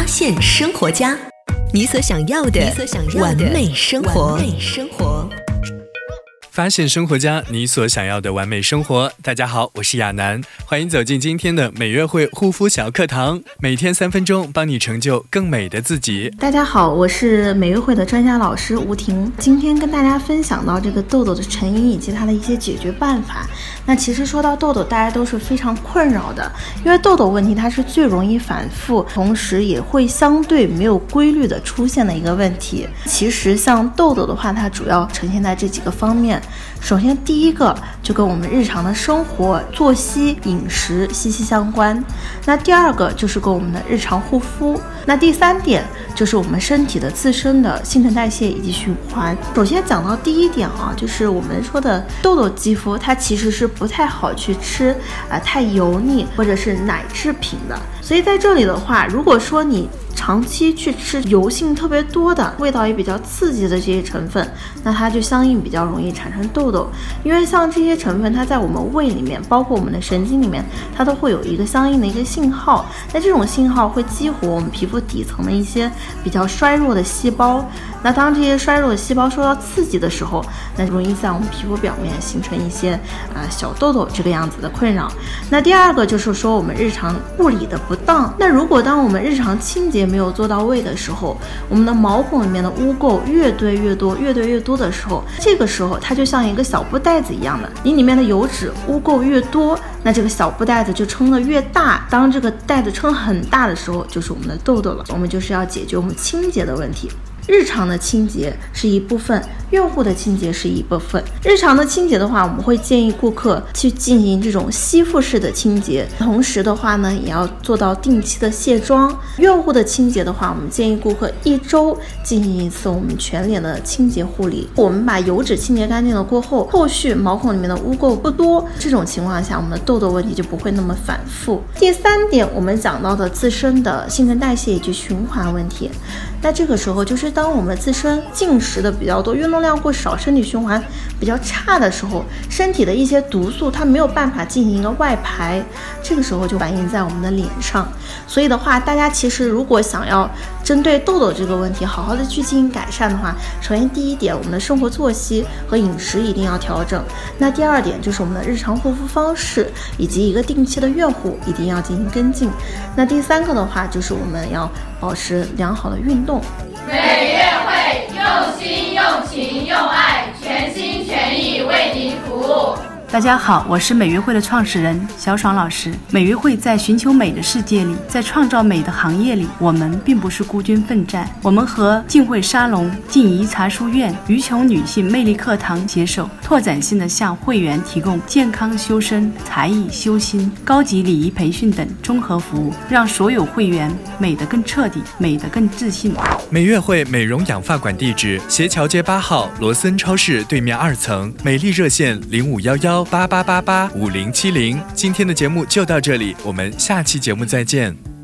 现生活家，你所想要的完美生活。 发现生活家，你所想要的完美生活。大家好，我是亚楠，欢迎走进今天的美约会护肤小课堂，每天3分钟，帮你成就更美的自己。 大家好，我是美约会的专家老师吴婷，今天跟大家分享到这个痘痘的成因以及它的一些解决办法。那其实说到痘痘，大家都是非常困扰的，因为痘痘问题它是最容易反复，同时也会相对没有规律的出现的一个问题。其实像痘痘的话，它主要呈现在这几个方面。首先第一个就跟我们日常的生活作息饮食息息相关，那第二个就是跟我们的日常护肤，那第三点就是我们身体的自身的新陈代谢以及循环。首先讲到第一点就是我们说的痘痘肌肤，它其实是不太好去吃太油腻或者是奶制品的。所以在这里的话，如果说你长期去吃油性特别多的、味道也比较刺激的这些成分，那它就相应比较容易产生痘痘。因为像这些成分，它在我们胃里面，包括我们的神经里面，它都会有一个相应的一个信号。那这种信号会激活我们皮肤底层的一些比较衰弱的细胞。那当这些衰弱的细胞受到刺激的时候，那容易在我们皮肤表面形成一些小痘痘这个样子的困扰。那第二个就是说我们日常护理的不当。那如果当我们日常清洁没有做到位的时候，我们的毛孔里面的污垢越堆越多的时候，这个时候它就像一个小布袋子一样的，你里面的油脂污垢越多，那这个小布袋子就撑得越大。当这个袋子撑很大的时候，就是我们的痘痘了。我们就是要解决我们清洁的问题。日常的清洁是一部分，用户的清洁是一部分。日常的清洁的话，我们会建议顾客去进行这种吸附式的清洁，同时的话呢，也要做到定期的卸妆。用户的清洁的话，我们建议顾客1周进行一次我们全脸的清洁护理。我们把油脂清洁干净了过后，后续毛孔里面的污垢不多，这种情况下，我们的痘痘问题就不会那么反复。第三点，我们讲到的自身的新陈代谢以及循环问题。那这个时候就是当我们自身进食的比较多，运动量过少，身体循环比较差的时候，身体的一些毒素它没有办法进行一个外排，这个时候就反映在我们的脸上。所以的话，大家其实如果想要针对痘痘这个问题好好的去进行改善的话，首先第一点，我们的生活作息和饮食一定要调整。那第二点就是我们的日常护肤方式以及一个定期的月护一定要进行跟进。那第三个的话就是我们要保持良好的运动。 美约会用心用情用爱，全心全意为您服务。 大家好，我是美约会的创始人小爽老师。美约会在寻求美的世界里，在创造美的行业里，我们并不是孤军奋战。我们和静慧沙龙、静怡茶书院、余琼女性魅力课堂携手，拓展性的向会员提供健康修身、才艺修心、高级礼仪培训等综合服务，让所有会员美得更彻底，美得更自信。 美约会美容养发馆地址：协桥街8号罗森超市对面2层，美丽热线051188885070。今天的节目就到这里，我们下期节目再见。